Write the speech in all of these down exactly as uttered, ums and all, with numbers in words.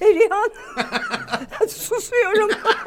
Perihan. Susuyorum.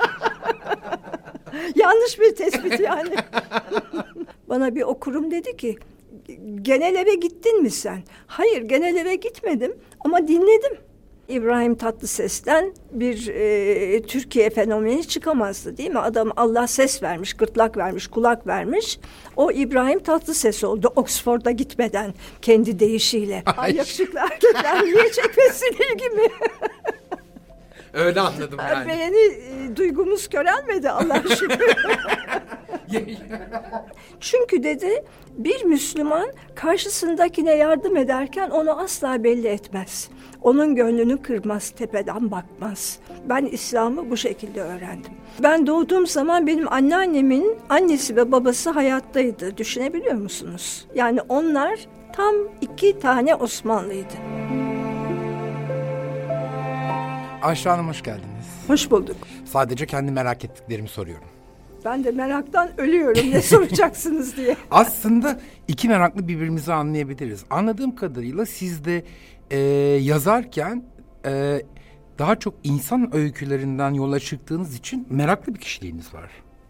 Yanlış bir tespit yani. Bana bir okurum dedi ki, genel eve gittin mi sen? Hayır, genel eve gitmedim ama dinledim. İbrahim Tatlıses'ten bir e, Türkiye fenomeni çıkamazdı değil mi? Adam Allah ses vermiş, gırtlak vermiş, kulak vermiş. O İbrahim Tatlıses oldu Oxford'a gitmeden kendi deyişiyle. Ay, yakışıklı erkekler niye çekmesin ilgimi? Öyle anladım yani. Beğeni e, duygumuz körelmedi Allah'a şükür. Çünkü dedi, bir Müslüman karşısındakine yardım ederken onu asla belli etmez. Onun gönlünü kırmaz, tepeden bakmaz. Ben İslam'ı bu şekilde öğrendim. Ben doğduğum zaman benim anneannemin annesi ve babası hayattaydı. Düşünebiliyor musunuz? Yani onlar tam iki tane Osmanlıydı. Ayşe Hanım, hoş geldiniz. Hoş bulduk. Sadece kendi merak ettiklerimi soruyorum. Ben de meraktan ölüyorum ne soracaksınız diye. Aslında iki meraklı birbirimizi anlayabiliriz. Anladığım kadarıyla siz de e, yazarken e, daha çok insan öykülerinden yola çıktığınız için meraklı bir kişiliğiniz var.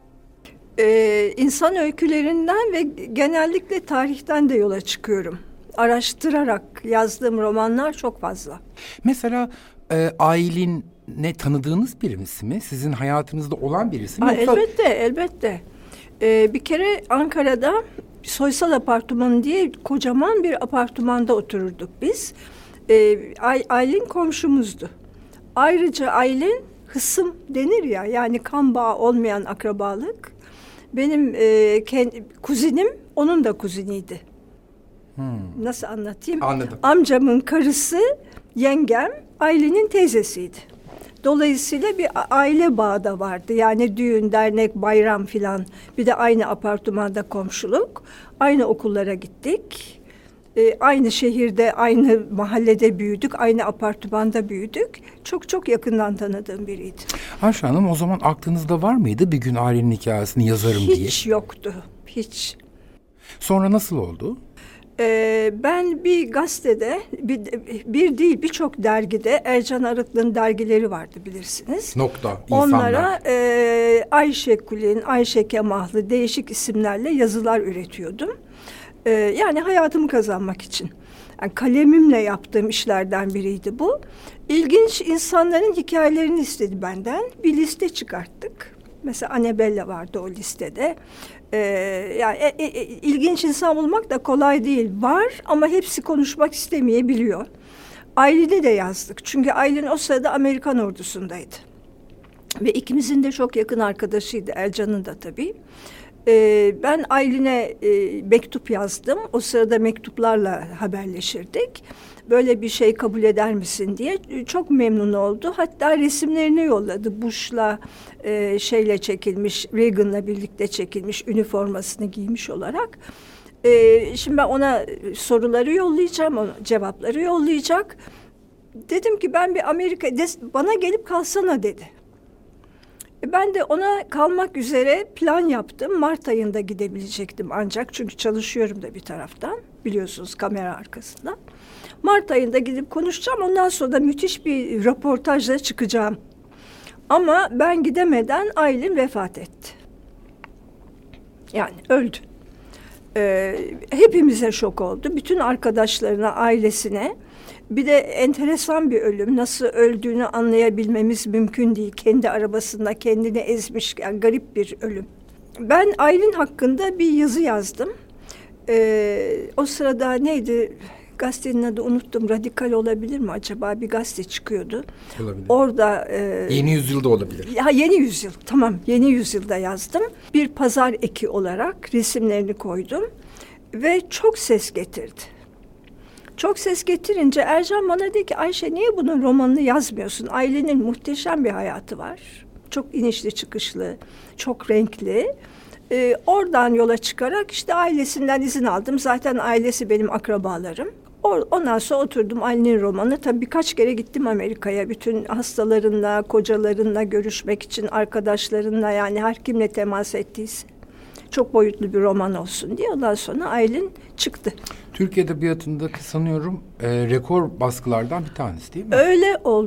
Ee, insan öykülerinden ve genellikle tarihten de yola çıkıyorum. Araştırarak yazdığım romanlar çok fazla. Mesela e, Aylin ne tanıdığınız birisi mi? Sizin hayatınızda olan birisi mi? Aa, Yoksa... Elbette, elbette. Ee, bir kere Ankara'da Soysal Apartman diye kocaman bir apartmanda otururduk biz. Ee, Ay, Aylin komşumuzdu. Ayrıca Aylin hısım denir ya, yani kan bağı olmayan akrabalık. Benim e, kendi, kuzinim onun da kuziniydi. Hmm. Nasıl anlatayım? Anladım. Amcamın karısı, yengem Aylin'in teyzesiydi. Dolayısıyla bir aile bağı da vardı. Yani düğün, dernek, bayram filan. Bir de aynı apartmanda komşuluk. Aynı okullara gittik. Ee, aynı şehirde, aynı mahallede büyüdük. Aynı apartmanda büyüdük. Çok çok yakından tanıdığım biriydi. Ayşe Hanım, o zaman aklınızda var mıydı bir gün Aylin'in hikayesini yazarım Hiç diye? Hiç yoktu. Hiç. Sonra nasıl oldu? Ee, ben bir gazetede, bir, bir değil birçok dergide, Ercan Arıklı'nın dergileri vardı bilirsiniz. Nokta, insanlar. Onlara e, Ayşe Kulin, Ayşe Kemahlı değişik isimlerle yazılar üretiyordum. E, yani hayatımı kazanmak için. Yani kalemimle yaptığım işlerden biriydi bu. İlginç insanların hikayelerini istedi benden. Bir liste çıkarttık. Mesela Annabella vardı o listede. Ee, yani e, e, ilginç insan bulmak da kolay değil. Var ama hepsi konuşmak istemeyebiliyor. Aylin'i de yazdık. Çünkü Aylin o sırada Amerikan ordusundaydı. Ve ikimizin de çok yakın arkadaşıydı. Ercan'ın da tabii. Ee, ben Aylin'e e, mektup yazdım. O sırada mektuplarla haberleşirdik. Böyle bir şey kabul eder misin diye. Çok memnun oldu. Hatta resimlerini yolladı. Bush'la e, şeyle çekilmiş, Reagan'la birlikte çekilmiş, üniformasını giymiş olarak. E, şimdi ben ona soruları yollayacağım, ona cevapları yollayacak. Dedim ki ben bir Amerika, bana gelip kalsana dedi. E, ben de ona kalmak üzere plan yaptım. Mart ayında gidebilecektim ancak, çünkü çalışıyorum da bir taraftan, biliyorsunuz, kamera arkasında. Mart ayında gidip konuşacağım. Ondan sonra da müthiş bir röportajla çıkacağım. Ama ben gidemeden Aylin vefat etti. Yani öldü. Ee, hepimize şok oldu. Bütün arkadaşlarına, ailesine. Bir de enteresan bir ölüm. Nasıl öldüğünü anlayabilmemiz mümkün değil. Kendi arabasında kendini ezmiş. Yani garip bir ölüm. Ben Aylin hakkında bir yazı yazdım. Ee, o sırada neydi... Gazetenin adı unuttum. Radikal olabilir mi acaba? Bir gazete çıkıyordu. Olabilir. Orada e, Yeni Yüzyıl'da olabilir. Ya Yeni Yüzyıl. Tamam. Yeni Yüzyıl'da yazdım. Bir pazar eki olarak resimlerini koydum ve çok ses getirdi. Çok ses getirince Ercan bana dedi ki, Ayşe niye bunun romanını yazmıyorsun? Ailenin muhteşem bir hayatı var. Çok inişli çıkışlı, çok renkli. Ee, oradan yola çıkarak işte ailesinden izin aldım. Zaten ailesi benim akrabalarım. Ondan sonra oturdum Aylin'in romanı. Tabii birkaç kere gittim Amerika'ya. Bütün hastalarınla, kocalarınla görüşmek için, arkadaşlarınla, yani her kimle temas ettiyse. Çok boyutlu bir roman olsun diye. Ondan sonra Aylin çıktı. Türk Edebiyatı'ndaki sanıyorum e, rekor baskılardan bir tanesi değil mi? Öyle oldu.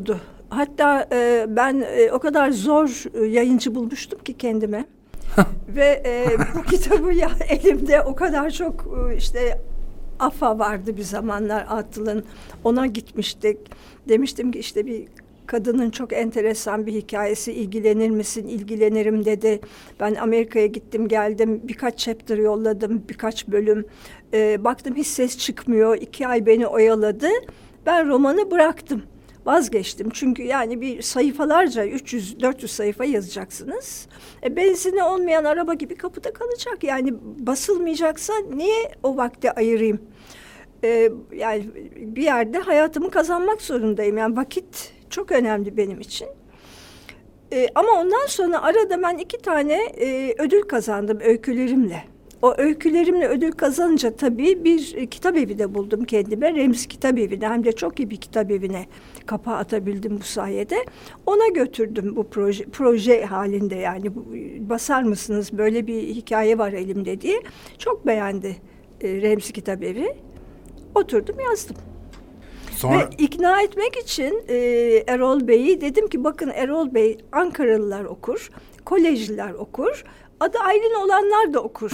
Hatta e, ben e, o kadar zor e, yayıncı bulmuştum ki kendime. Ve e, bu kitabı ya elimde o kadar çok e, işte AFA vardı bir zamanlar, Atıl'ın, ona gitmiştik. Demiştim ki işte bir kadının çok enteresan bir hikayesi, ilgilenir misin? İlgilenirim dedi. Ben Amerika'ya gittim geldim, birkaç chapter yolladım, birkaç bölüm. E, baktım hiç ses çıkmıyor, iki ay beni oyaladı. Ben romanı bıraktım. Vazgeçtim çünkü yani bir sayfalarca üç yüz dört yüz sayfa yazacaksınız. E, benzini olmayan araba gibi kapıda kalacak. Yani basılmayacaksa niye o vakti ayırayım? E, yani bir yerde hayatımı kazanmak zorundayım. Yani vakit çok önemli benim için. E, ama ondan sonra arada ben iki tane e, ödül kazandım öykülerimle. O öykülerimle ödül kazanınca tabii bir e, kitap evi de buldum kendime. Remzi Kitap Evi'ne, hem de çok iyi bir kitap evine kapağı atabildim bu sayede. Ona götürdüm bu proje, proje halinde yani. Bu, basar mısınız, böyle bir hikaye var elimde diye. Çok beğendi e, Remzi Kitap Evi. Oturdum yazdım. Sonra... Ve ikna etmek için e, Erol Bey'i dedim ki bakın Erol Bey, Ankaralılar okur, kolejliler okur. Adı Aylin olanlar da okur.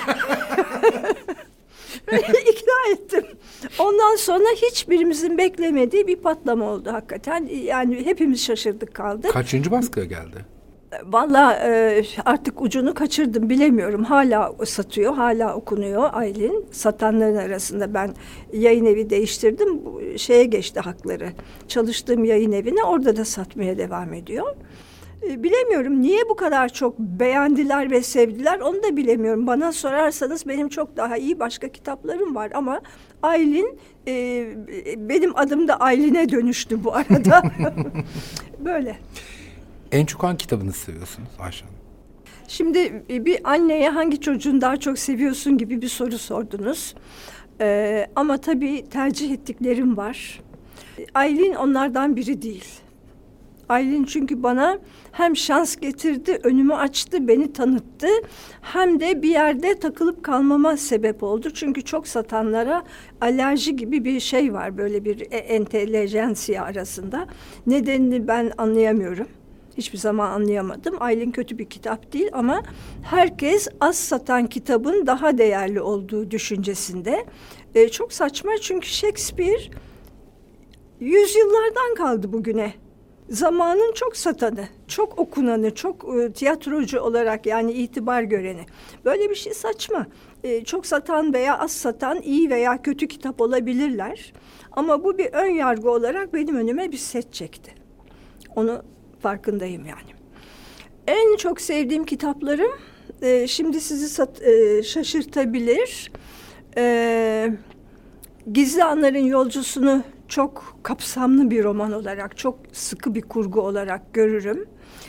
İkna ettim. Ondan sonra hiçbirimizin beklemediği bir patlama oldu hakikaten. Yani hepimiz şaşırdık kaldık. Kaçıncı baskıya geldi? Vallahi e, artık ucunu kaçırdım, bilemiyorum. Hala satıyor, hala okunuyor Aylin. Satanların arasında ben yayın evi değiştirdim. Şeye geçti hakları. Çalıştığım yayın evine, orada da satmaya devam ediyor. Bilemiyorum niye bu kadar çok beğendiler ve sevdiler, onu da bilemiyorum. Bana sorarsanız benim çok daha iyi başka kitaplarım var ama Aylin, e, benim adım da Aylin'e dönüştü bu arada. Böyle. En çok hangi kitabını seviyorsunuz Ayşe Hanım? Şimdi bir anneye hangi çocuğunu daha çok seviyorsun gibi bir soru sordunuz. Ee, ama tabii tercih ettiklerim var. Aylin onlardan biri değil. Aylin çünkü bana hem şans getirdi, önümü açtı, beni tanıttı. Hem de bir yerde takılıp kalmama sebep oldu. Çünkü çok satanlara alerji gibi bir şey var, böyle bir entelejansiya arasında. Nedenini ben anlayamıyorum. Hiçbir zaman anlayamadım. Aylin kötü bir kitap değil ama herkes az satan kitabın daha değerli olduğu düşüncesinde. Ee, çok saçma çünkü Shakespeare yüzyıllardan kaldı bugüne. Zamanın çok satanı, çok okunanı, çok e, tiyatrocu olarak yani itibar göreni. Böyle bir şey saçma. E, çok satan veya az satan, iyi veya kötü kitap olabilirler. Ama bu bir ön yargı olarak benim önüme bir set çekti. Onu farkındayım yani. En çok sevdiğim kitaplarım, e, şimdi sizi sat, e, şaşırtabilir. E, Gizli Anların Yolcusunu çok kapsamlı bir roman olarak, çok sıkı bir kurgu olarak görürüm.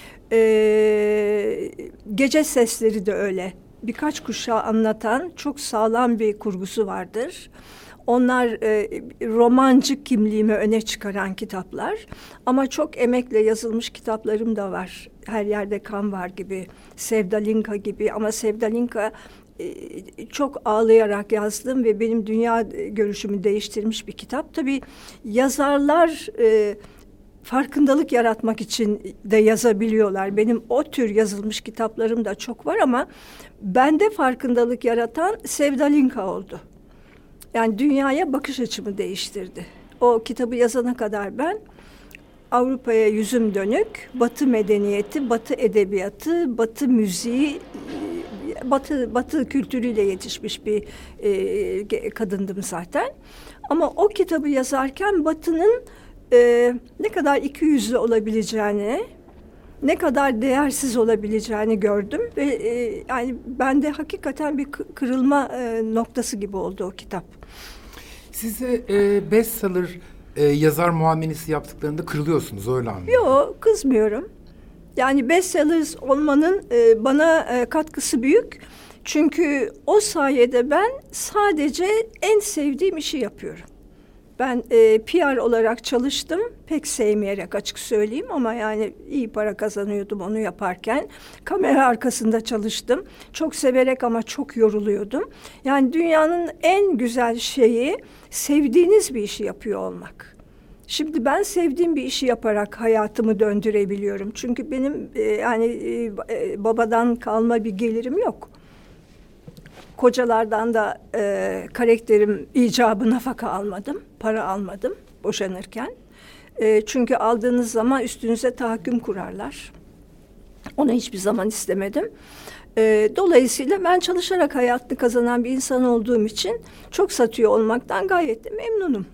Ee, Gece Sesleri de öyle. Birkaç kuşağı anlatan çok sağlam bir kurgusu vardır. Onlar e, romancı kimliğimi öne çıkaran kitaplar. Ama çok emekle yazılmış kitaplarım da var. Her Yerde Kan Var gibi, Sevdalinka gibi. Ama Sevdalinka çok ağlayarak yazdım ve benim dünya görüşümü değiştirmiş bir kitap. Tabii yazarlar e, farkındalık yaratmak için de yazabiliyorlar. Benim o tür yazılmış kitaplarım da çok var ama bende farkındalık yaratan Sevdalinka oldu. Yani dünyaya bakış açımı değiştirdi. O kitabı yazana kadar ben Avrupa'ya yüzüm dönük, Batı medeniyeti, Batı edebiyatı, Batı müziği, Batı Batı kültürüyle yetişmiş bir e, kadındım zaten. Ama o kitabı yazarken Batı'nın e, ne kadar ikiyüzlü olabileceğini, ne kadar değersiz olabileceğini gördüm ve e, yani bende hakikaten bir kırılma e, noktası gibi oldu o kitap. Size e, bestseller e, yazar muamelesi yaptıklarında kırılıyorsunuz, öyle anlıyorum. Yok, kızmıyorum. Yani bestsellers olmanın e, bana e, katkısı büyük. Çünkü o sayede ben sadece en sevdiğim işi yapıyorum. Ben e, P R olarak çalıştım. Pek sevmeyerek açık söyleyeyim ama yani iyi para kazanıyordum onu yaparken. Kamera arkasında çalıştım. Çok severek ama çok yoruluyordum. Yani dünyanın en güzel şeyi sevdiğiniz bir işi yapıyor olmak. Şimdi ben sevdiğim bir işi yaparak hayatımı döndürebiliyorum. Çünkü benim e, yani e, babadan kalma bir gelirim yok. Kocalardan da e, karakterim icabı nafaka almadım, para almadım boşanırken. E, çünkü aldığınız zaman üstünüze tahakküm kurarlar. Onu hiçbir zaman istemedim. E, dolayısıyla ben çalışarak hayatını kazanan bir insan olduğum için çok satıyor olmaktan gayet de memnunum.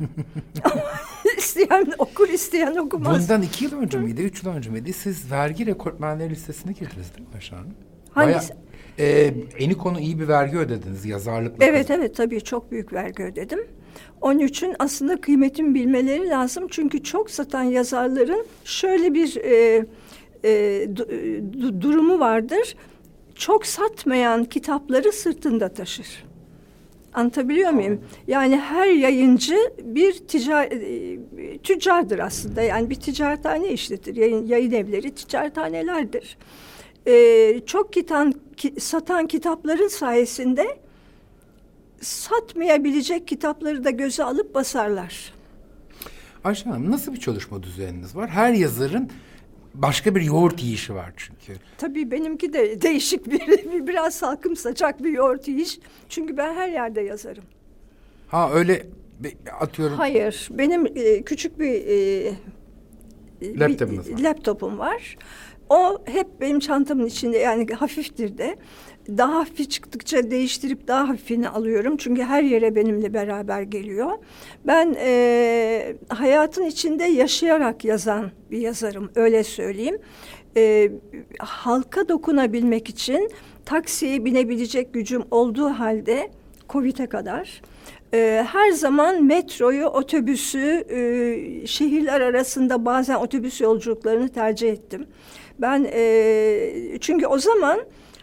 İsteyen okur, isteyen okumaz. Bundan iki yıl önce miydi, üç yıl önce miydi? Siz vergi rekortmenleri listesine girdiniz değil mi Ayşe Hanım? Hangisi? Bayağı, e, Enikon'u iyi bir vergi ödediniz yazarlıkla. Evet kazan. evet tabii çok büyük vergi ödedim. Onun için aslında kıymetimi bilmeleri lazım. Çünkü çok satan yazarların şöyle bir e, e, du, durumu vardır. Çok satmayan kitapları sırtında taşır. Anlatabiliyor muyum? Yani her yayıncı bir tica, e, tüccardır aslında. Yani bir ticarethane işletir. Yayın, yayın evleri ticarethanelerdir. E, çok kitan, ki, satan kitapların sayesinde satmayabilecek kitapları da göze alıp basarlar. Ayşe Hanım, nasıl bir çalışma düzeniniz var? Her yazarın başka bir yoğurt yiyişi var çünkü. Tabii benimki de değişik bir, biraz salkım saçak bir yoğurt yiyiş. Çünkü ben her yerde yazarım. Ha öyle atıyorum. Hayır, benim e, küçük bir, e, Laptopunuz bir var. laptopum var. O hep benim çantamın içinde, yani hafiftir de. Daha hafif çıktıkça değiştirip daha hafifini alıyorum. Çünkü her yere benimle beraber geliyor. Ben e, hayatın içinde yaşayarak yazan bir yazarım, öyle söyleyeyim. E, halka dokunabilmek için taksiye binebilecek gücüm olduğu halde Covid'e kadar e, her zaman metroyu, otobüsü, e, şehirler arasında bazen otobüs yolculuklarını tercih ettim. Ben e, çünkü o zaman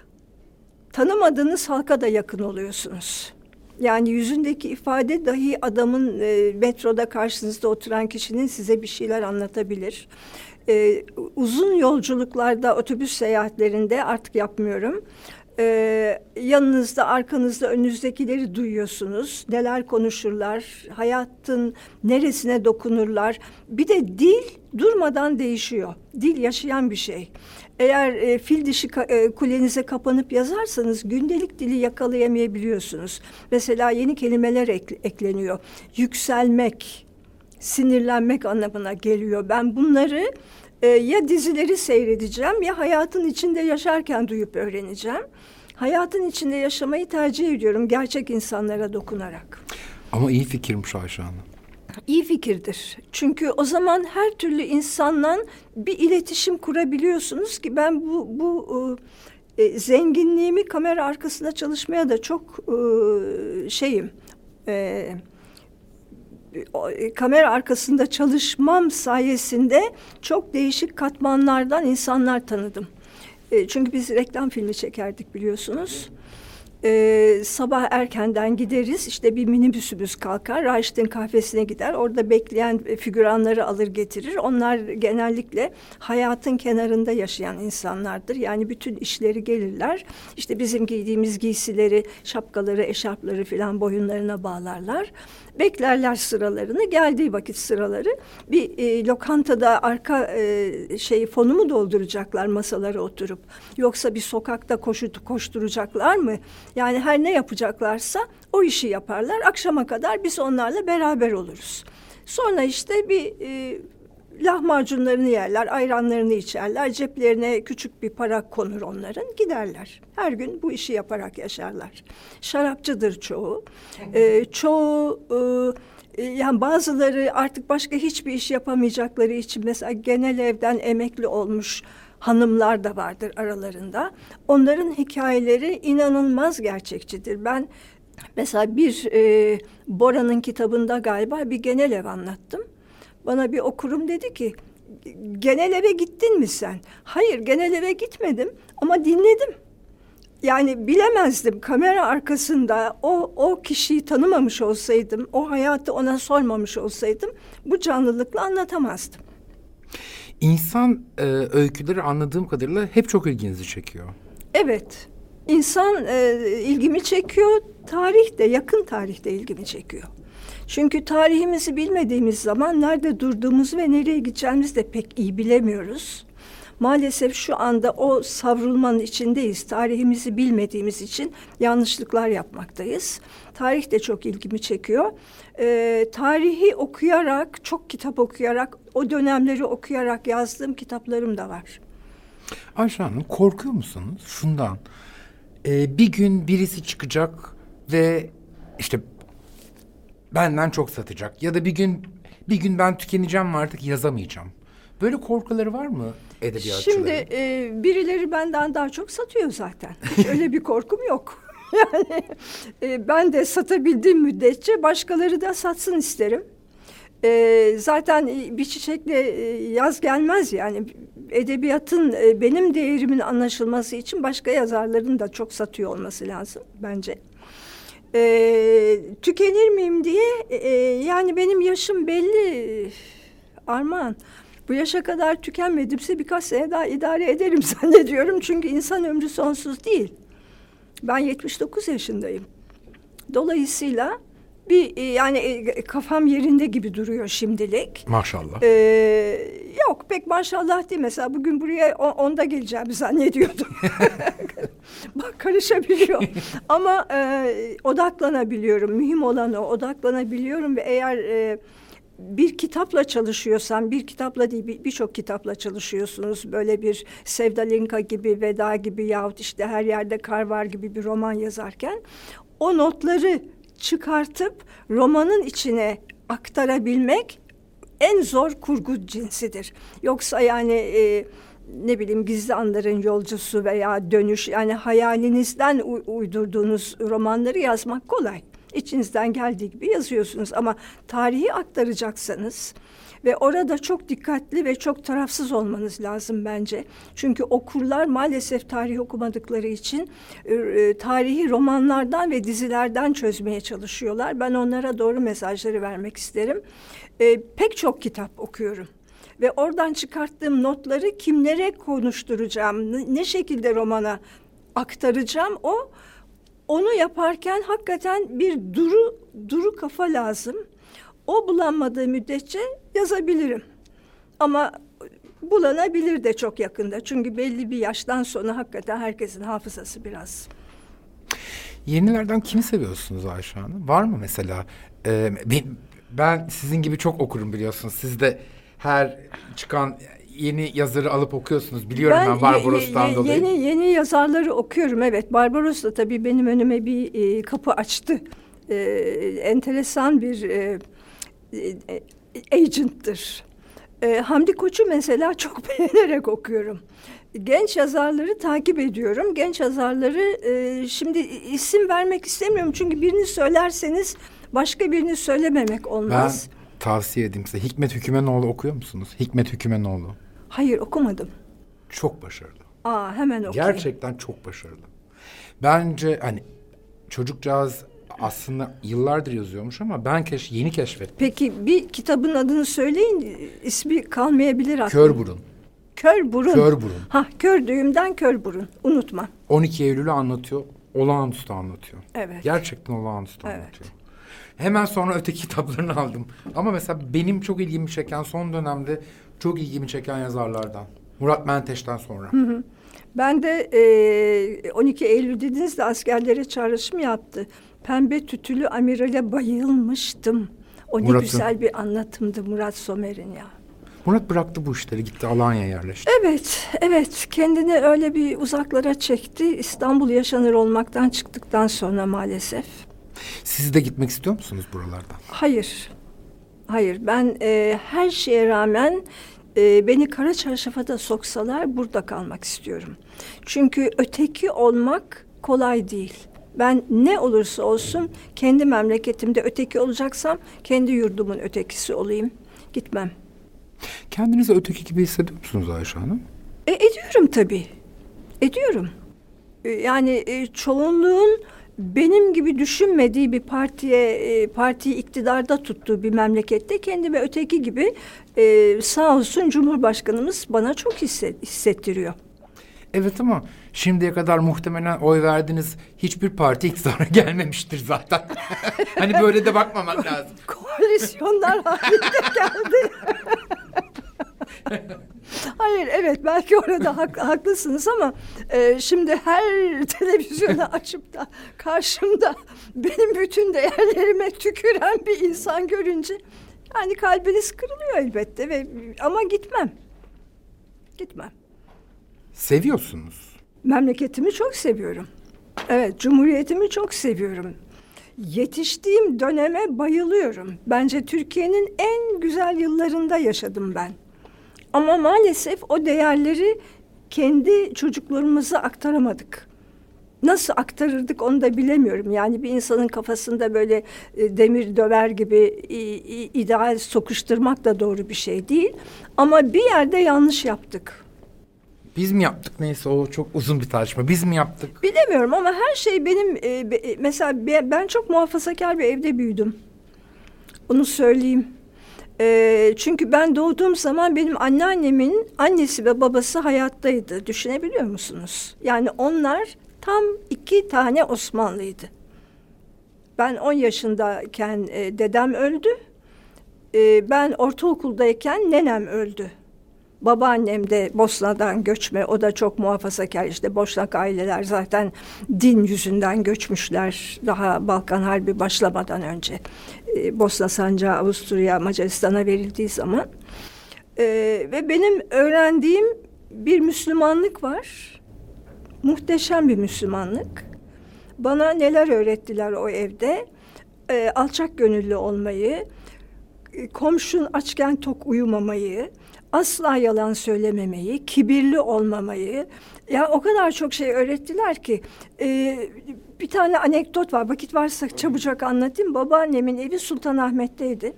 tanımadığınız halka da yakın oluyorsunuz. Yani yüzündeki ifade dahi adamın e, metroda karşınızda oturan kişinin size bir şeyler anlatabilir. E, uzun yolculuklarda, otobüs seyahatlerinde artık yapmıyorum. Ee, yanınızda, arkanızda, önünüzdekileri duyuyorsunuz. Neler konuşurlar, hayatın neresine dokunurlar. Bir de dil durmadan değişiyor. Dil yaşayan bir şey. Eğer e, fil dişi ka- e, kulenize kapanıp yazarsanız gündelik dili yakalayamayabiliyorsunuz. Mesela yeni kelimeler ek- ekleniyor. Yükselmek, sinirlenmek anlamına geliyor. Ben bunları e, ya dizileri seyredeceğim ya hayatın içinde yaşarken duyup öğreneceğim. Hayatın içinde yaşamayı tercih ediyorum gerçek insanlara dokunarak. Ama iyi fikirmiş Ayşe Hanım. İyi fikirdir. Çünkü o zaman her türlü insanla bir iletişim kurabiliyorsunuz ki ben bu bu e, zenginliğimi kamera arkasında çalışmaya da çok e, şeyim. E, kamera arkasında çalışmam sayesinde çok değişik katmanlardan insanlar tanıdım. E, çünkü biz reklam filmi çekerdik biliyorsunuz. Ee, sabah erkenden gideriz, işte bir minibüsümüz kalkar, Raşit'in kahvesine gider, orada bekleyen figüranları alır getirir. Onlar genellikle hayatın kenarında yaşayan insanlardır. Yani bütün işleri gelirler, işte bizim giydiğimiz giysileri, şapkaları, eşarpları filan boyunlarına bağlarlar. Beklerler sıralarını, geldiği vakit sıraları bir e, lokantada arka e, şey fonu mu dolduracaklar masalara oturup, yoksa bir sokakta koşu, koşturacaklar mı? Yani her ne yapacaklarsa o işi yaparlar. Akşama kadar biz onlarla beraber oluruz. Sonra işte bir e, lahmacunlarını yerler, ayranlarını içerler. Ceplerine küçük bir para konur onların, giderler. Her gün bu işi yaparak yaşarlar. Şarapçıdır çoğu. E, çoğu... E, Yani bazıları artık başka hiçbir iş yapamayacakları için mesela genel evden emekli olmuş hanımlar da vardır aralarında. Onların hikayeleri inanılmaz gerçekçidir. Ben mesela bir e, Bora'nın kitabında galiba bir genel ev anlattım. Bana bir okurum dedi ki, genel eve gittin mi sen? Hayır, genel eve gitmedim ama dinledim. Yani bilemezdim, kamera arkasında o o kişiyi tanımamış olsaydım, o hayatı ona sormamış olsaydım bu canlılıkla anlatamazdım. İnsan e, öyküleri anladığım kadarıyla hep çok ilginizi çekiyor. Evet, insan e, ilgimi çekiyor, tarih de, yakın tarihte ilgimi çekiyor. Çünkü tarihimizi bilmediğimiz zaman nerede durduğumuzu ve nereye gideceğimizi de pek iyi bilemiyoruz. Maalesef şu anda o savrulmanın içindeyiz. Tarihimizi bilmediğimiz için yanlışlıklar yapmaktayız. Tarih de çok ilgimi çekiyor. Ee, tarihi okuyarak, çok kitap okuyarak, o dönemleri okuyarak yazdığım kitaplarım da var. Ayşe Hanım, korkuyor musunuz şundan? Ee, bir gün birisi çıkacak ve işte benden çok satacak. Ya da bir gün bir gün ben tükeneceğim ve artık yazamayacağım. Böyle korkuları var mı edebiyatçıların? Şimdi e, birileri benden daha çok satıyor zaten. Hiç öyle bir korkum yok. Yani e, ben de satabildiğim müddetçe başkaları da satsın isterim. E, zaten bir çiçekle e, yaz gelmez yani. Edebiyatın e, benim değerimin anlaşılması için başka yazarların da çok satıyor olması lazım bence. E, tükenir miyim diye e, yani benim yaşım belli Armağan. Bu yaşa kadar tükenmedimse birkaç sene daha idare ederim zannediyorum. Çünkü insan ömrü sonsuz değil. Ben yetmiş dokuz yaşındayım. Dolayısıyla bir yani kafam yerinde gibi duruyor şimdilik. Maşallah. Ee, yok pek maşallah değil. Mesela bugün buraya onda geleceğimi zannediyordum. Bak karışabiliyor. Ama e, odaklanabiliyorum. Mühim olan o. Odaklanabiliyorum ve eğer e, bir kitapla çalışıyorsan, bir kitapla değil birçok kitapla çalışıyorsunuz. Böyle bir Sevdalinka gibi, Veda gibi yahut işte Her Yerde Kar Var gibi bir roman yazarken o notları çıkartıp romanın içine aktarabilmek en zor kurgu cinsidir. Yoksa yani e, ne bileyim Gizli Anların Yolcusu veya Dönüş yani hayalinizden u- uydurduğunuz romanları yazmak kolay. İçinizden geldiği gibi yazıyorsunuz ama tarihi aktaracaksanız ve orada çok dikkatli ve çok tarafsız olmanız lazım bence. Çünkü okurlar maalesef tarih okumadıkları için e, tarihi romanlardan ve dizilerden çözmeye çalışıyorlar. Ben onlara doğru mesajları vermek isterim. E, pek çok kitap okuyorum. Ve oradan çıkarttığım notları kimlere konuşturacağım, ne şekilde romana aktaracağım o... Onu yaparken hakikaten bir duru duru kafa lazım. O bulanmadığı müddetçe yazabilirim. Ama bulanabilir de çok yakında. Çünkü belli bir yaştan sonra hakikaten herkesin hafızası biraz. Yenilerden kimi seviyorsunuz Ayşe Hanım? Var mı mesela? Ee, ben, ben sizin gibi çok okurum biliyorsunuz. Siz de her çıkan yeni yazarı alıp okuyorsunuz. Biliyorum ben, ben Barbaros'tan ye, dolayı. Yeni yeni yazarları okuyorum evet. Barbaros da tabii benim önüme bir e, kapı açtı. E, enteresan bir e, e, agent'tır. E, Hamdi Koç'u mesela çok beğenerek okuyorum. Genç yazarları takip ediyorum. Genç yazarları e, şimdi isim vermek istemiyorum. Çünkü birini söylerseniz başka birini söylememek olmaz. Ben tavsiye edeyim size. Hikmet Hükümenoğlu okuyor musunuz? Hikmet Hükümenoğlu. Hayır okumadım. Çok başarılı. Aa hemen okuyayım. Gerçekten çok başarılı. Bence hani çocukcağız aslında yıllardır yazıyormuş ama ben keş, yeni keşfettim. Peki bir kitabın adını söyleyin, ismi kalmayabilir aklımda. Kör Burun. Kör Burun. Kör Burun. Ha, kör düğümden kör burun. Unutma. on iki Eylül'ü anlatıyor. Olağanüstü anlatıyor. Evet. Gerçekten olağanüstü Evet. anlatıyor. Hemen sonra öteki kitaplarını aldım. Ama mesela benim çok ilgimi çeken son dönemde çok ilgimi çeken yazarlardan. Murat Menteş'ten sonra. Hı hı. Ben de e, on iki Eylül dediniz de askerlere çağrışım yaptı. Pembe tütülü amirale bayılmıştım. O ne Murat'ın. güzel bir anlatımdı Murat Somer'in ya. Murat bıraktı bu işleri, gitti Alanya'ya yerleşti. Evet, evet. Kendini öyle bir uzaklara çekti. İstanbul yaşanır olmaktan çıktıktan sonra maalesef. Siz de gitmek istiyor musunuz buralardan? Hayır, hayır. Ben e, her şeye rağmen e, beni kara çarşafa da soksalar burada kalmak istiyorum. Çünkü öteki olmak kolay değil. Ben ne olursa olsun kendi memleketimde öteki olacaksam kendi yurdumun ötekisi olayım. Gitmem. Kendinizi öteki gibi hissediyor musunuz Ayşe Hanım? E, ediyorum tabii. Ediyorum. E, yani e, çoğunluğun benim gibi düşünmediği bir partiye, e, partiyi iktidarda tuttuğu bir memlekette kendimi öteki gibi e, sağ olsun Cumhurbaşkanımız bana çok hisset, hissettiriyor. Evet ama şimdiye kadar muhtemelen oy verdiğiniz hiçbir parti iktidara gelmemiştir zaten. Hani böyle de bakmamak lazım. Koalisyonlar halinde geldi. Hayır, evet, belki orada hak, haklısınız ama e, şimdi her televizyonu açıp da karşımda benim bütün değerlerime tüküren bir insan görünce yani kalbiniz kırılıyor elbette ve ama gitmem. Gitmem. Seviyorsunuz. Memleketimi çok seviyorum. Evet, Cumhuriyetimi çok seviyorum. Yetiştiğim döneme bayılıyorum. Bence Türkiye'nin en güzel yıllarında yaşadım ben. Ama maalesef o değerleri kendi çocuklarımıza aktaramadık. Nasıl aktarırdık onu da bilemiyorum. Yani bir insanın kafasında böyle e, demir döver gibi i, i, ideal sokuşturmak da doğru bir şey değil. Ama bir yerde yanlış yaptık. Biz mi yaptık neyse o çok uzun bir tartışma. Biz mi yaptık? Bilemiyorum ama her şey benim... E, be, mesela be, ben çok muhafazakar bir evde büyüdüm. Onu söyleyeyim. E, çünkü ben doğduğum zaman benim anneannemin annesi ve babası hayattaydı. Düşünebiliyor musunuz? Yani onlar tam iki tane Osmanlıydı. Ben on yaşındayken e, dedem öldü. E, ben ortaokuldayken nenem öldü. Babaannem de Bosna'dan göçme, o da çok muhafazakar. İşte Boşnak aileler zaten din yüzünden göçmüşler daha Balkan Harbi başlamadan önce. Ee, Bosna sancağı Avusturya, Macaristan'a verildiği zaman. Ee, ve benim öğrendiğim bir Müslümanlık var. Muhteşem bir Müslümanlık. Bana neler öğrettiler o evde? Ee, alçak gönüllü olmayı, komşun açken tok uyumamayı, asla yalan söylememeyi, kibirli olmamayı. Ya o kadar çok şey öğrettiler ki. E, bir tane anekdot var. Vakit varsa çabucak anlatayım. Babaannemin evi Sultanahmet'teydi.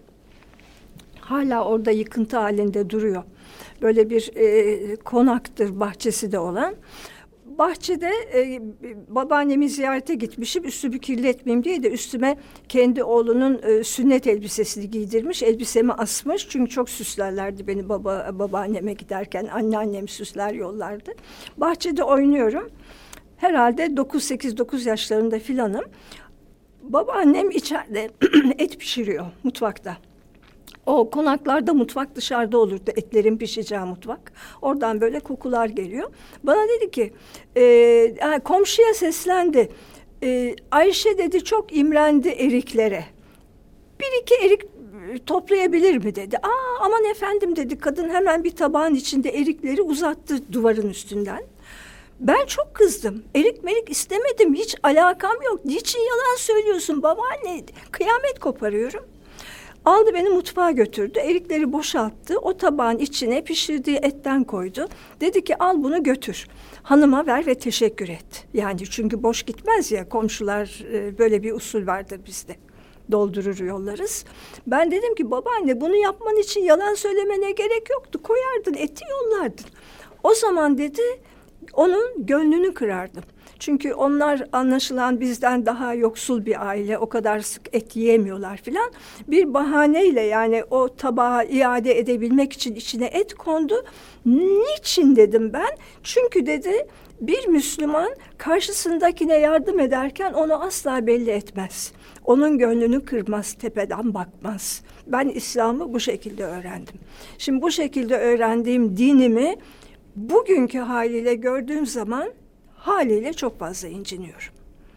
Hala orada yıkıntı halinde duruyor. Böyle bir e, konaktır, bahçesi de olan. Bahçede e, babaannemi ziyarete gitmişim. Üstümü kirletmeyeyim diye de üstüme kendi oğlunun e, sünnet elbisesini giydirmiş. Elbisemi asmış. Çünkü çok süslerlerdi beni baba babaanneme giderken. Anneannem süsler yollardı. Bahçede oynuyorum. Herhalde dokuz sekiz dokuz yaşlarında filanım. Babaannem içeride et pişiriyor mutfakta. O konaklarda mutfak dışarıda olurdu. Etlerin pişeceği mutfak. Oradan böyle kokular geliyor. Bana dedi ki e, komşuya seslendi. E, Ayşe dedi çok imrendi eriklere. Bir iki erik toplayabilir mi dedi. Aa aman efendim dedi. Kadın hemen bir tabağın içinde erikleri uzattı duvarın üstünden. Ben çok kızdım. Erik merik istemedim. Hiç alakam yok. Niçin yalan söylüyorsun babaanne? Kıyamet koparıyorum. Aldı beni mutfağa götürdü. Erikleri boşalttı. O tabağın içine pişirdiği etten koydu. Dedi ki al bunu götür. Hanıma ver ve teşekkür et. Yani çünkü boş gitmez ya. Komşular e, böyle bir usul vardır bizde. Doldurur yollarız. Ben dedim ki babaanne bunu yapman için yalan söylemene gerek yoktu. Koyardın eti yollardın. O zaman dedi onun gönlünü kırardım. Çünkü onlar anlaşılan bizden daha yoksul bir aile. O kadar sık et yiyemiyorlar filan. Bir bahaneyle yani o tabağı iade edebilmek için içine et kondu. Niçin dedim ben? Çünkü dedi bir Müslüman karşısındakine yardım ederken onu asla belli etmez. Onun gönlünü kırmaz, tepeden bakmaz. Ben İslam'ı bu şekilde öğrendim. Şimdi bu şekilde öğrendiğim dinimi bugünkü haliyle gördüğüm zaman haliyle çok fazla inciniyorum.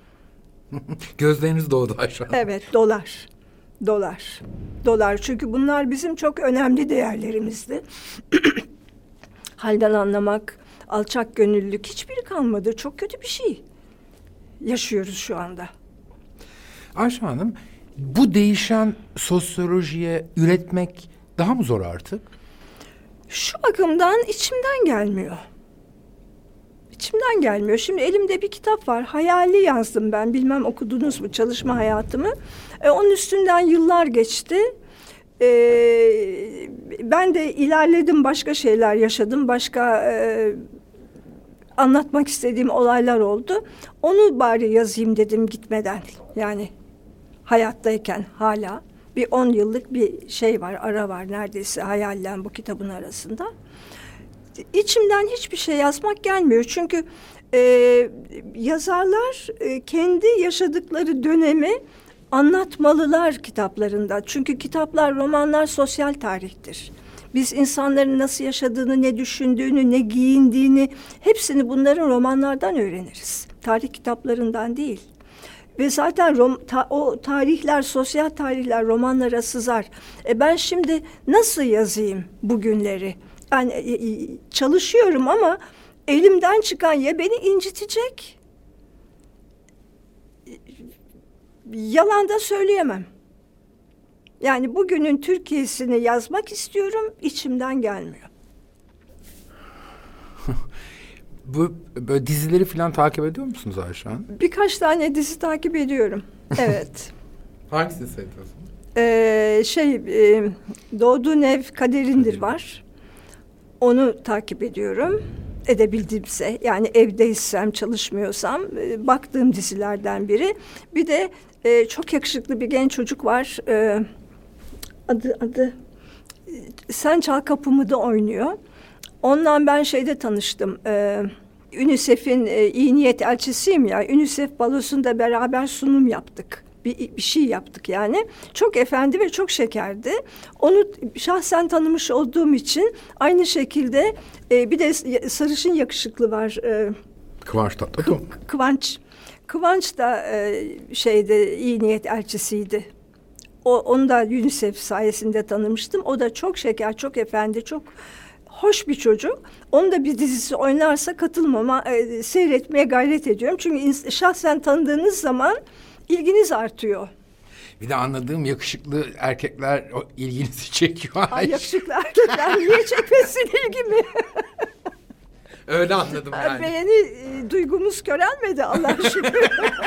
Gözleriniz doldu Ayşe Hanım. Evet, dolar. Dolar. Dolar. Çünkü bunlar bizim çok önemli değerlerimizdi. Halden anlamak, alçak gönüllülük hiçbiri kalmadı. Çok kötü bir şey yaşıyoruz şu anda. Ayşe Hanım, bu değişen sosyolojiye üretmek daha mı zor artık? Şu bakımdan içimden gelmiyor. İçimden gelmiyor. Şimdi elimde bir kitap var. Hayali yazdım ben. Bilmem okudunuz mu çalışma hayatımı. E, onun üstünden yıllar geçti. E, ben de ilerledim. Başka şeyler yaşadım. Başka e, anlatmak istediğim olaylar oldu. Onu bari yazayım dedim gitmeden. Yani hayattayken hala. Bir on yıllık bir şey var, ara var neredeyse hayalle bu kitabın arasında. içimden hiçbir şey yazmak gelmiyor. Çünkü e, yazarlar e, kendi yaşadıkları dönemi anlatmalılar kitaplarında. Çünkü kitaplar, romanlar sosyal tarihtir. Biz insanların nasıl yaşadığını, ne düşündüğünü, ne giyindiğini hepsini bunların romanlardan öğreniriz. Tarih kitaplarından değil. Ve zaten rom, ta, o tarihler, sosyal tarihler romanlara sızar. E ben şimdi nasıl yazayım bugünleri? Yani e, e, çalışıyorum ama elimden çıkan ya beni incitecek. Yalan da söyleyemem. Yani bugünün Türkiye'sini yazmak istiyorum, içimden gelmiyor. Bu böyle dizileri falan takip ediyor musunuz Ayşe Hanım? Birkaç tane dizi takip ediyorum. Evet. Hangisini seviyorsun? Ee, şey, e, Doğduğun Ev Kaderindir var. Onu takip ediyorum. Edebildiğimse, yani evdeysem, çalışmıyorsam e, baktığım dizilerden biri. Bir de e, çok yakışıklı bir genç çocuk var. E, adı adı e, Sen Çal Kapımı'da oynuyor. Ondan ben şeyde tanıştım. E, UNICEF'in e, iyi niyet elçisiyim ya. UNICEF balosunda beraber sunum yaptık. Bir, bir şey yaptık yani. Çok efendi ve çok şekerdi. Onu şahsen tanımış olduğum için aynı şekilde e, bir de sarışın yakışıklı var. E, Kıvanç Tatlıtuğ. Kıvanç. Kıvanç da e, şeyde iyi niyet elçisiydi. O, onu da UNICEF sayesinde tanımıştım. O da çok şeker, çok efendi, çok hoş bir çocuk. Onun da bir dizisi oynarsa katılmama, e, seyretmeye gayret ediyorum. Çünkü şahsen tanıdığınız zaman ilginiz artıyor. Bir de anladığım yakışıklı erkekler o ilginizi çekiyor. Ay, yakışıklı erkekler niye çekmesin ilgimi? Öyle anladım yani. Beğeni e, duygumuz körelmedi Allah'a şükür.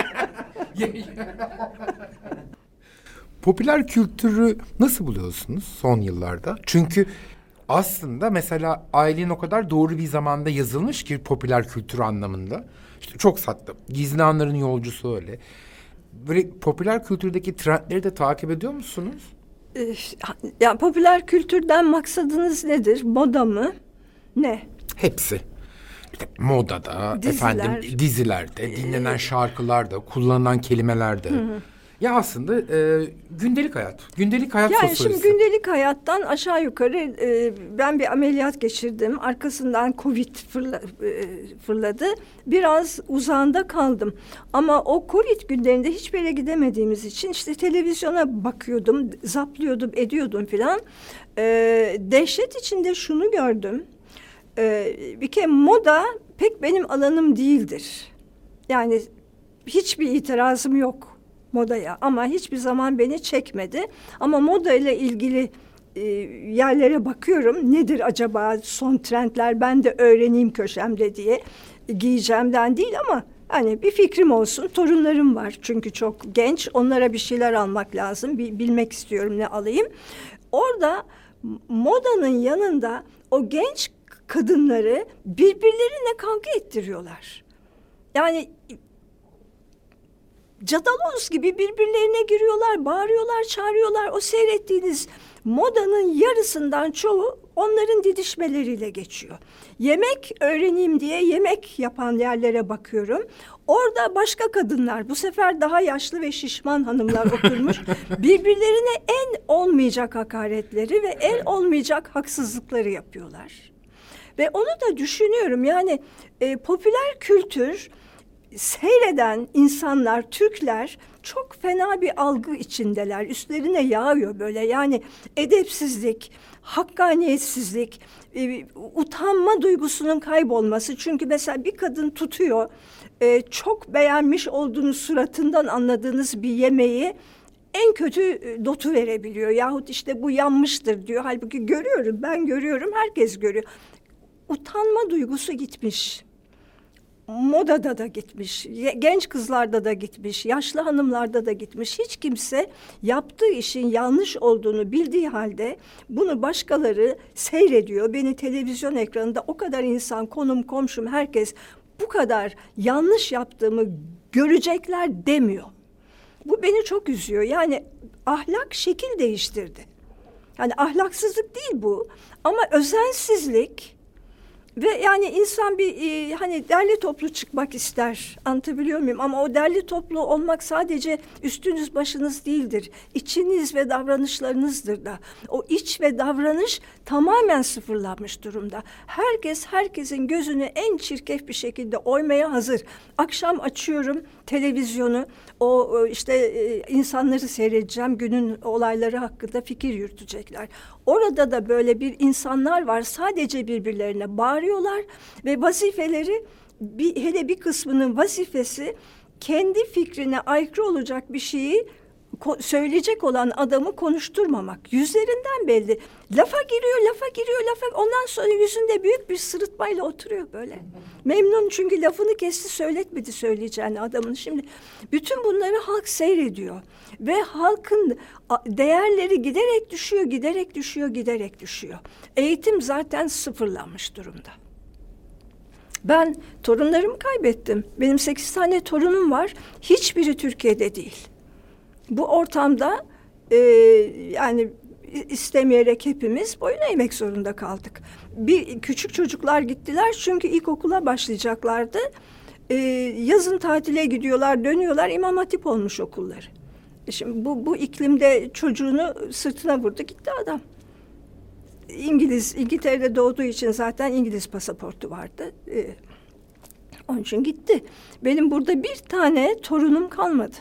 Popüler kültürü nasıl buluyorsunuz son yıllarda? Çünkü aslında mesela Aylin o kadar doğru bir zamanda yazılmış ki popüler kültür anlamında. İşte çok sattı. Gizli Anların Yolcusu öyle. Böyle popüler kültürdeki trendleri de takip ediyor musunuz? Ee, ya popüler kültürden maksadınız nedir? Moda mı? Ne? Hepsi. İşte modada, Diziler. efendim dizilerde, dinlenen şarkılarda, kullanılan kelimelerde. Hı hı. Ya aslında e, gündelik hayat, gündelik hayat yani sosyolojisi. Şimdi gündelik hayattan aşağı yukarı e, ben bir ameliyat geçirdim. Arkasından Covid fırla, e, fırladı. Biraz uzağında kaldım. Ama o Covid günlerinde hiçbir yere gidemediğimiz için işte televizyona bakıyordum, zaplıyordum, ediyordum filan. E, dehşet içinde şunu gördüm. E, bir kere moda pek benim alanım değildir. Yani hiçbir itirazım yok modaya ama hiçbir zaman beni çekmedi. Ama moda ile ilgili e, yerlere bakıyorum. Nedir acaba son trendler, ben de öğreneyim köşemde diye. Giyeceğimden değil ama hani bir fikrim olsun. Torunlarım var çünkü çok genç. Onlara bir şeyler almak lazım. Bir, bilmek istiyorum ne alayım. Orada modanın yanında o genç kadınları birbirlerine kavga ettiriyorlar. Yani cadaloz gibi birbirlerine giriyorlar, bağırıyorlar, çağırıyorlar. O seyrettiğiniz modanın yarısından çoğu onların didişmeleriyle geçiyor. Yemek öğreneyim diye yemek yapan yerlere bakıyorum. Orada başka kadınlar, bu sefer daha yaşlı ve şişman hanımlar oturmuş. Birbirlerine en olmayacak hakaretleri ve en olmayacak haksızlıkları yapıyorlar. Ve onu da düşünüyorum yani e, popüler kültür seyreden insanlar, Türkler çok fena bir algı içindeler. Üstlerine yağıyor böyle yani edepsizlik, hakkaniyetsizlik, e, utanma duygusunun kaybolması. Çünkü mesela bir kadın tutuyor, e, çok beğenmiş olduğunuz suratından anladığınız bir yemeği en kötü notu verebiliyor. Yahut işte bu yanmıştır diyor. Halbuki görüyorum, ben görüyorum, herkes görüyor. Utanma duygusu gitmiş. Modada da gitmiş, genç kızlarda da gitmiş, yaşlı hanımlarda da gitmiş. Hiç kimse yaptığı işin yanlış olduğunu bildiği halde bunu başkaları seyrediyor. Beni televizyon ekranında o kadar insan, konum, komşum, herkes bu kadar yanlış yaptığımı görecekler demiyor. Bu beni çok üzüyor. Yani ahlak şekil değiştirdi. Yani ahlaksızlık değil bu ama özensizlik, Ve yani insan bir e, hani derli toplu çıkmak ister. Anlatabiliyor muyum? Ama o derli toplu olmak sadece üstünüz başınız değildir. İçiniz ve davranışlarınızdır da. O iç ve davranış tamamen sıfırlanmış durumda. Herkes herkesin gözünü en çirkef bir şekilde oymaya hazır. Akşam açıyorum televizyonu. O işte e, insanları seyredeceğim. Günün olayları hakkında fikir yürütecekler. Orada da böyle bir insanlar var. Sadece birbirlerine bağırıyorlar ve vazifeleri bir, hele bir kısmının vazifesi kendi fikrine aykırı olacak bir şeyi ko- söyleyecek olan adamı konuşturmamak. Yüzlerinden belli. Lafa giriyor, lafa giriyor, lafa. Ondan sonra yüzünde büyük bir sırıtmayla oturuyor böyle. Memnun çünkü lafını kesti, söyletmedi söyleyeceğini adamın. Şimdi bütün bunları halk seyrediyor. Ve halkın değerleri giderek düşüyor, giderek düşüyor, giderek düşüyor. Eğitim zaten sıfırlanmış durumda. Ben torunlarımı kaybettim. Benim sekiz tane torunum var. Hiçbiri Türkiye'de değil. Bu ortamda e, yani istemeyerek hepimiz boyun eğmek zorunda kaldık. Bir küçük çocuklar gittiler çünkü ilkokula başlayacaklardı. E, yazın tatile gidiyorlar, dönüyorlar. İmam Hatip olmuş okulları. E şimdi bu bu iklimde çocuğunu sırtına vurdu gitti adam. İngiliz, İngiltere'de doğduğu için zaten İngiliz pasaportu vardı. E, onun için gitti. Benim burada bir tane torunum kalmadı.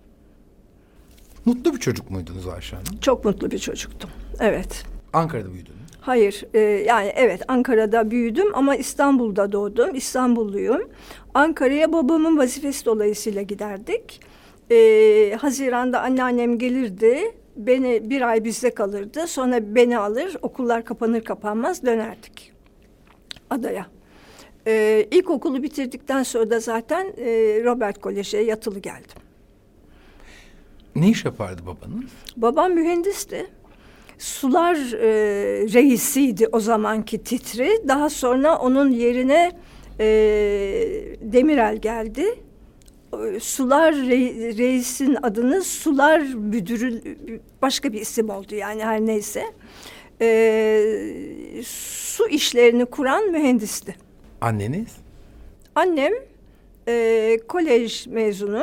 Mutlu bir çocuk muydunuz Ayşe Hanım? Çok mutlu bir çocuktum. Evet. Ankara'da büyüdünüz. Hayır, e, yani evet Ankara'da büyüdüm ama İstanbul'da doğdum. İstanbulluyum. Ankara'ya babamın vazifesi dolayısıyla giderdik. E, Haziran'da anneannem gelirdi. Beni bir ay bizde kalırdı. Sonra beni alır, okullar kapanır kapanmaz dönerdik adaya. E, ilkokulu bitirdikten sonra da zaten e, Robert Kolej'e yatılı geldim. Ne iş yapardı babanız? Babam mühendisti. Sular e, reisiydi o zamanki titri. Daha sonra onun yerine e, Demirel geldi. E, Sular re, reisin adını Sular Müdürü başka bir isim oldu yani her neyse. E, su işlerini kuran mühendisti. Anneniz? Annem e, kolej mezunu,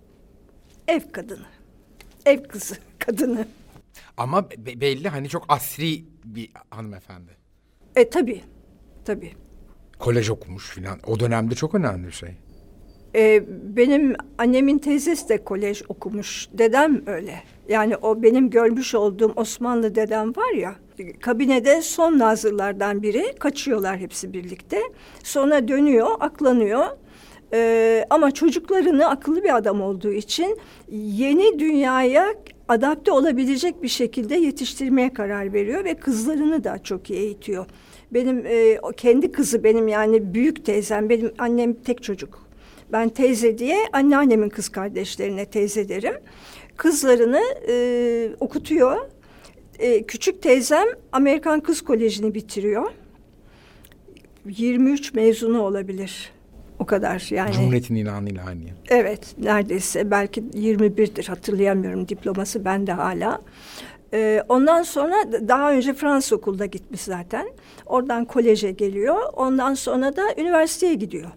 ev kadını, ev kızı kadını. Ama be- belli hani çok asri bir hanımefendi. E tabii, tabii. Kolej okumuş filan. O dönemde çok önemli bir şey. E, benim annemin teyzesi de kolej okumuş. Dedem öyle. Yani o benim görmüş olduğum Osmanlı dedem var ya. Kabinede son nazırlardan biri. Kaçıyorlar hepsi birlikte. Sonra dönüyor, aklanıyor. Ee, ama çocuklarını akıllı bir adam olduğu için yeni dünyaya adapte olabilecek bir şekilde yetiştirmeye karar veriyor ve kızlarını da çok iyi eğitiyor. Benim e, o kendi kızı benim yani büyük teyzem, benim annem tek çocuk. Ben teyze diye anneannemin kız kardeşlerine teyze derim. Kızlarını e, okutuyor. E, küçük teyzem Amerikan Kız Koleji'ni bitiriyor. yirmi üç mezunu olabilir. O kadar yani. Cumhuriyet'in ilanıyla aynı yıl. Evet, neredeyse belki yirmi birdir hatırlayamıyorum diploması bende hala. Ee, ondan sonra daha önce Fransız okulda gitmiş zaten. Oradan koleje geliyor. Ondan sonra da üniversiteye gidiyor.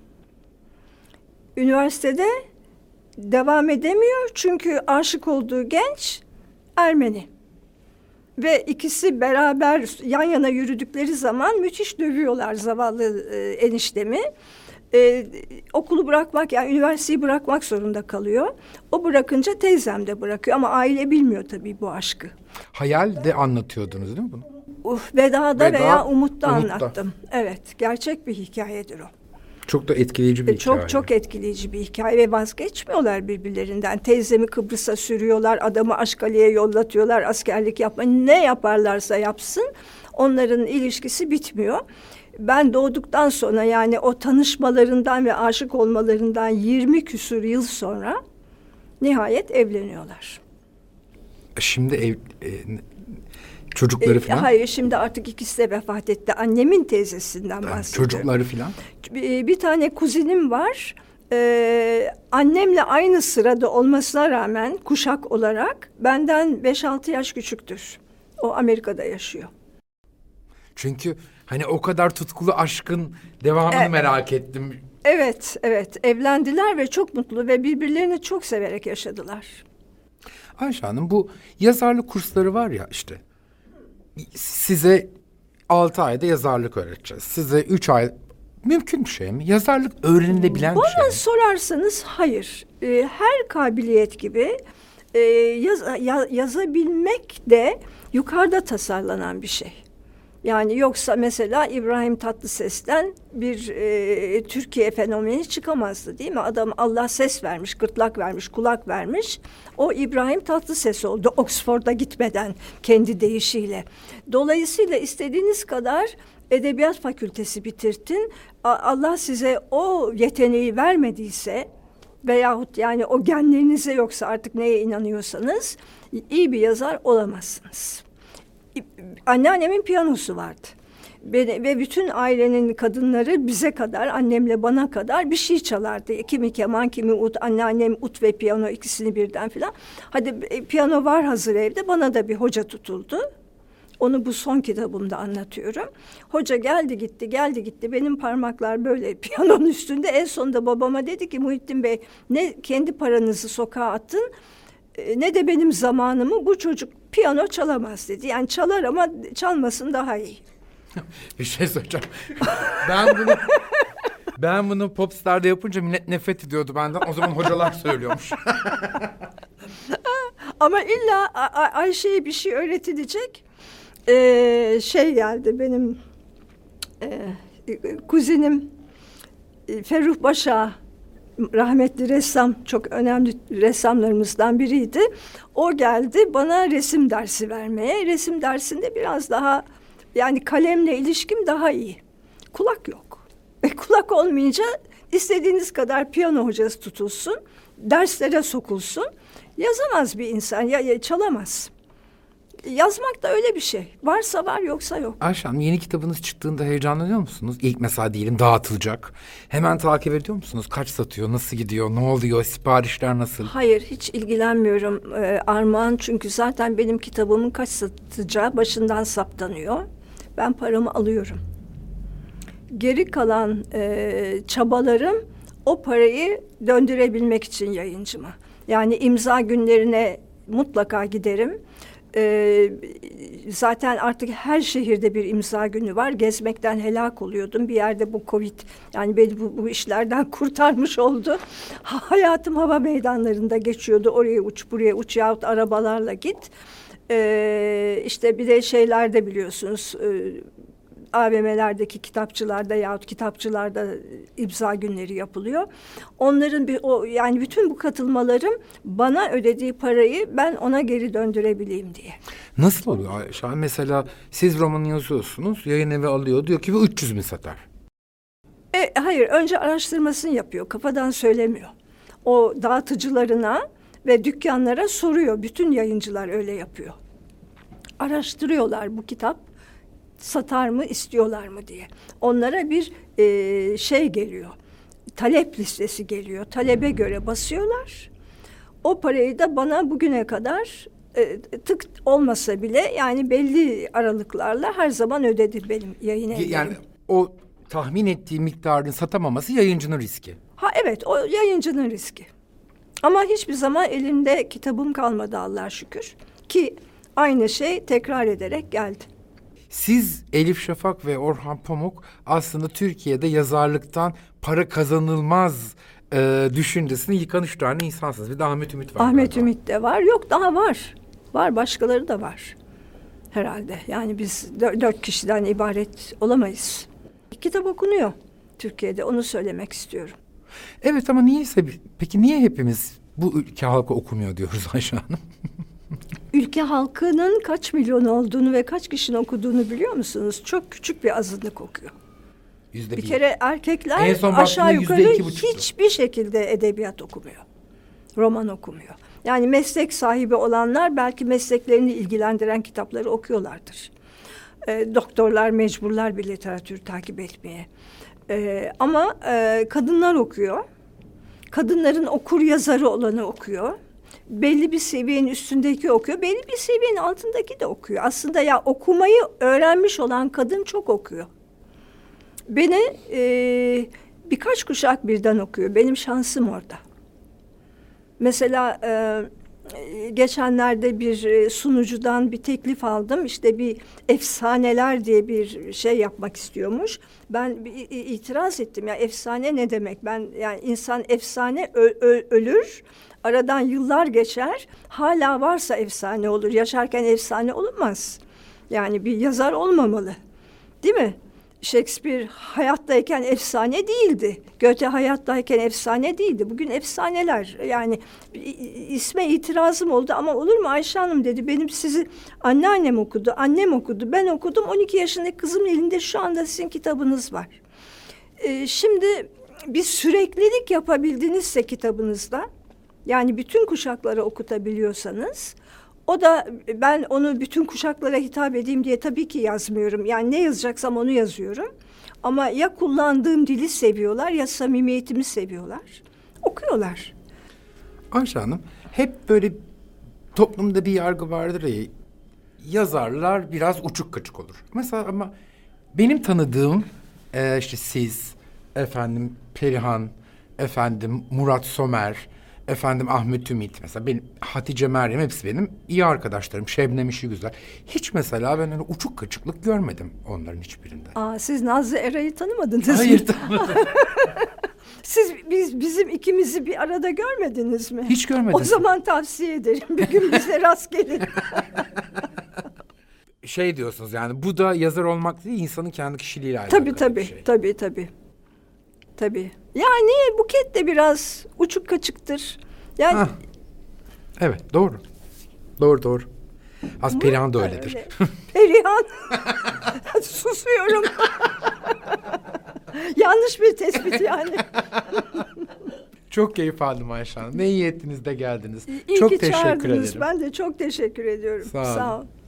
Üniversitede devam edemiyor çünkü aşık olduğu genç Ermeni. Ve ikisi beraber yan yana yürüdükleri zaman müthiş dövüyorlar zavallı e, eniştemi. Ee, okulu bırakmak yani üniversiteyi bırakmak zorunda kalıyor. O bırakınca teyzem de bırakıyor ama aile bilmiyor tabii bu aşkı. Hayal de anlatıyordunuz değil mi bunu? Uh, Veda'da Veda, veya Umut'ta, Umut'ta anlattım. Evet, gerçek bir hikayedir o. Çok da etkileyici bir E, çok hikaye. çok etkileyici bir hikaye ve vazgeçmiyorlar birbirlerinden. Teyzemi Kıbrıs'a sürüyorlar, adamı Aşkale'ye yollatıyorlar, askerlik yapma. Ne yaparlarsa yapsın onların ilişkisi bitmiyor. Ben doğduktan sonra yani o tanışmalarından ve aşık olmalarından yirmi küsur yıl sonra nihayet evleniyorlar. Şimdi ev e, çocukları E, falan. hayır şimdi artık ikisi de vefat etti. Annemin teyzesinden Yani bahsediyorum. çocukları falan. Bir, bir tane kuzinim var. Ee, annemle aynı sırada olmasına rağmen kuşak olarak benden beş altı yaş küçüktür. O Amerika'da yaşıyor. Çünkü Hani o kadar tutkulu aşkın devamını Evet. merak ettim. Evet, evet. Evlendiler ve çok mutlu ve birbirlerini çok severek yaşadılar. Ayşe Hanım, bu yazarlık kursları var ya işte. Size altı ayda yazarlık öğreteceğiz. Size üç ay... Mümkün bir şey mi? Yazarlık öğrenilebilen bir şey Bana mi? sorarsanız hayır. Ee, her kabiliyet gibi e, yaz, ya- yazabilmek de yukarıda tasarlanan bir şey. Yani yoksa mesela İbrahim Tatlıses'ten bir e, Türkiye fenomeni çıkamazdı, değil mi? Adam Allah ses vermiş, gırtlak vermiş, kulak vermiş. O İbrahim Tatlıses oldu Oxford'a gitmeden kendi deyişiyle. Dolayısıyla istediğiniz kadar edebiyat fakültesi bitirtin. A- Allah size o yeteneği vermediyse veyahut yani o genlerinize yoksa artık neye inanıyorsanız iyi bir yazar olamazsınız. Anneannemin piyanosu vardı. Ve, ve bütün ailenin kadınları bize kadar, annemle bana kadar bir şey çalardı. Kimi keman, kimi ut, anneannem ut ve piyano ikisini birden filan. Hadi e, piyano var hazır evde, bana da bir hoca tutuldu. Onu bu son kitabımda anlatıyorum. Hoca geldi gitti, geldi gitti. Benim parmaklar böyle piyanonun üstünde. En sonunda babama dedi ki Muhittin Bey, ne kendi paranızı sokağa attın, ne de benim zamanımı, bu çocuk piyano çalamaz dedi. Yani çalar ama çalmasın daha iyi. Bir şey söyleyeceğim. Ben bunu ben bunu Popstar'da yapınca millet nefret ediyordu benden. O zaman hocalar söylüyormuş. Ama illa A- A- Ayşe'ye bir şey öğretilecek. Ee, şey geldi benim e, kuzenim e, Ferruh Başa, rahmetli ressam, çok önemli ressamlarımızdan biriydi. O geldi bana resim dersi vermeye. Resim dersinde biraz daha yani kalemle ilişkim daha iyi. Kulak yok. E, kulak olmayınca istediğiniz kadar piyano hocası tutulsun, derslere sokulsun. Yazamaz bir insan, ya, ya çalamaz. Yazmak da öyle bir şey. Varsa var, yoksa yok. Ayşe Hanım, yeni kitabınız çıktığında heyecanlanıyor musunuz? İlk mesela diyelim dağıtılacak. Hemen takip ediyor musunuz? Kaç satıyor, nasıl gidiyor, ne oluyor, siparişler nasıl? Hayır, hiç ilgilenmiyorum e, Armağan. Çünkü zaten benim kitabımın kaç satacağı başından saptanıyor. Ben paramı alıyorum. Geri kalan e, çabalarım o parayı döndürebilmek için yayıncıma. Yani imza günlerine mutlaka giderim. Ee, zaten artık her şehirde bir imza günü var. Gezmekten helak oluyordum. Bir yerde bu Covid yani beni bu, bu işlerden kurtarmış oldu. Hayatım hava meydanlarında geçiyordu. Oraya uç, buraya uç yahut arabalarla git. Ee, işte bir de şeylerde biliyorsunuz... E, A V M'lerdeki kitapçılarda yahut kitapçılarda imza günleri yapılıyor. Onların bir o yani bütün bu katılmalarım bana ödediği parayı ben ona geri döndürebileyim diye. Nasıl oluyor Ayşe Hanım? Mesela siz romanı yazıyorsunuz, yayın evi alıyor, diyor ki bu üç yüz bin satar. E, hayır, önce araştırmasını yapıyor, kafadan söylemiyor. O dağıtıcılarına ve dükkanlara soruyor. Bütün yayıncılar öyle yapıyor. Araştırıyorlar, bu kitap satar mı, istiyorlar mı diye. Onlara bir e, şey geliyor. Talep listesi geliyor. Talebe göre basıyorlar. O parayı da bana bugüne kadar e, tık olmasa bile yani belli aralıklarla her zaman ödedi benim yayın evlerim. Yani o tahmin ettiği miktarını satamaması yayıncının riski. Ha evet, o yayıncının riski. Ama hiçbir zaman elimde kitabım kalmadı Allah'a şükür. Ki aynı şey tekrar ederek geldi. Siz Elif Şafak ve Orhan Pamuk aslında Türkiye'de yazarlıktan para kazanılmaz e, düşüncesini yıkan üç tane insansınız. Bir de Ahmet Ümit var. Ahmet galiba. Ümit de var. Yok, daha var. Var, başkaları da var. Herhalde. Yani biz dört, dört kişiden ibaret olamayız. Kitap okunuyor Türkiye'de. Onu söylemek istiyorum. Evet ama niyeyse peki niye hepimiz bu ülke halkı okumuyor diyoruz Ayşe Hanım? Ülke halkının kaç milyon olduğunu ve kaç kişinin okuduğunu biliyor musunuz? Çok küçük bir azınlık okuyor. Yüzde Bir bir. kere erkekler En son aşağı baktığımda yukarı yüzde iki buçuktu. hiçbir şekilde edebiyat okumuyor. Roman okumuyor. Yani meslek sahibi olanlar belki mesleklerini ilgilendiren kitapları okuyorlardır. E, doktorlar mecburlar bir literatür takip etmeye. E, ama e, kadınlar okuyor. Kadınların okur yazarı olanı okuyor. Belli bir seviyenin üstündeki okuyor. Belli bir seviyenin altındaki de okuyor. Aslında ya okumayı öğrenmiş olan kadın çok okuyor. beni e, birkaç kuşak birden okuyor. Benim şansım orada. Mesela e, geçenlerde bir e, sunucudan bir teklif aldım. İşte bir efsaneler diye bir şey yapmak istiyormuş. Ben bir, itiraz ettim. Ya efsane ne demek? Ben yani insan efsane ö, ö, ölür. Aradan yıllar geçer. Hala varsa efsane olur. Yaşarken efsane olunmaz. Yani bir yazar olmamalı. Değil mi? Shakespeare hayattayken efsane değildi. Goethe hayattayken efsane değildi. Bugün efsaneler. Yani isme itirazım oldu ama olur mu Ayşe Hanım dedi. Benim sizi anneannem okudu, annem okudu, ben okudum. on iki yaşındaki kızımın elinde şu anda sizin kitabınız var. Ee, şimdi bir süreklilik yapabildinizse kitabınızda, yani bütün kuşaklara okutabiliyorsanız, o da ben onu bütün kuşaklara hitap edeyim diye tabii ki yazmıyorum. Yani ne yazacaksam onu yazıyorum. Ama ya kullandığım dili seviyorlar ya samimiyetimi seviyorlar. Okuyorlar. Ayşe Hanım, hep böyle toplumda bir yargı vardır ya, yazarlar biraz uçuk kaçık olur. Mesela ama benim tanıdığım e, işte siz, efendim Perihan, efendim Murat Somer, efendim Ahmet Ümit, mesela benim Hatice Meryem, hepsi benim iyi arkadaşlarım. Şebnem İşigüzar. Hiç mesela ben öyle uçuk kaçıklık görmedim onların hiçbirinde. Aa, siz Nazlı Eray'ı tanımadınız mı? Hayır, tanımadım. Siz biz bizim ikimizi bir arada görmediniz mi? Hiç görmedim. O zaman tavsiye ederim. Bir gün bize rast gelin. Şey diyorsunuz yani, bu da yazar olmak değil, insanın kendi kişiliğiyle alakalı Tabii tabii, bir şey. tabii tabii. Tabii. Yani Buket de biraz uçuk kaçıktır. Yani Hah. Evet, doğru. Doğru doğru. Az Perihan da öyledir. Öyle. Perihan. Susuyorum. Yanlış bir tespit yani. Çok keyif aldım Ayşe Hanım. Ne iyi ettiniz de geldiniz. İyi çok ki teşekkür çağırdınız. ederim. Ben de çok teşekkür ediyorum. Sağ olun. Sağ olun.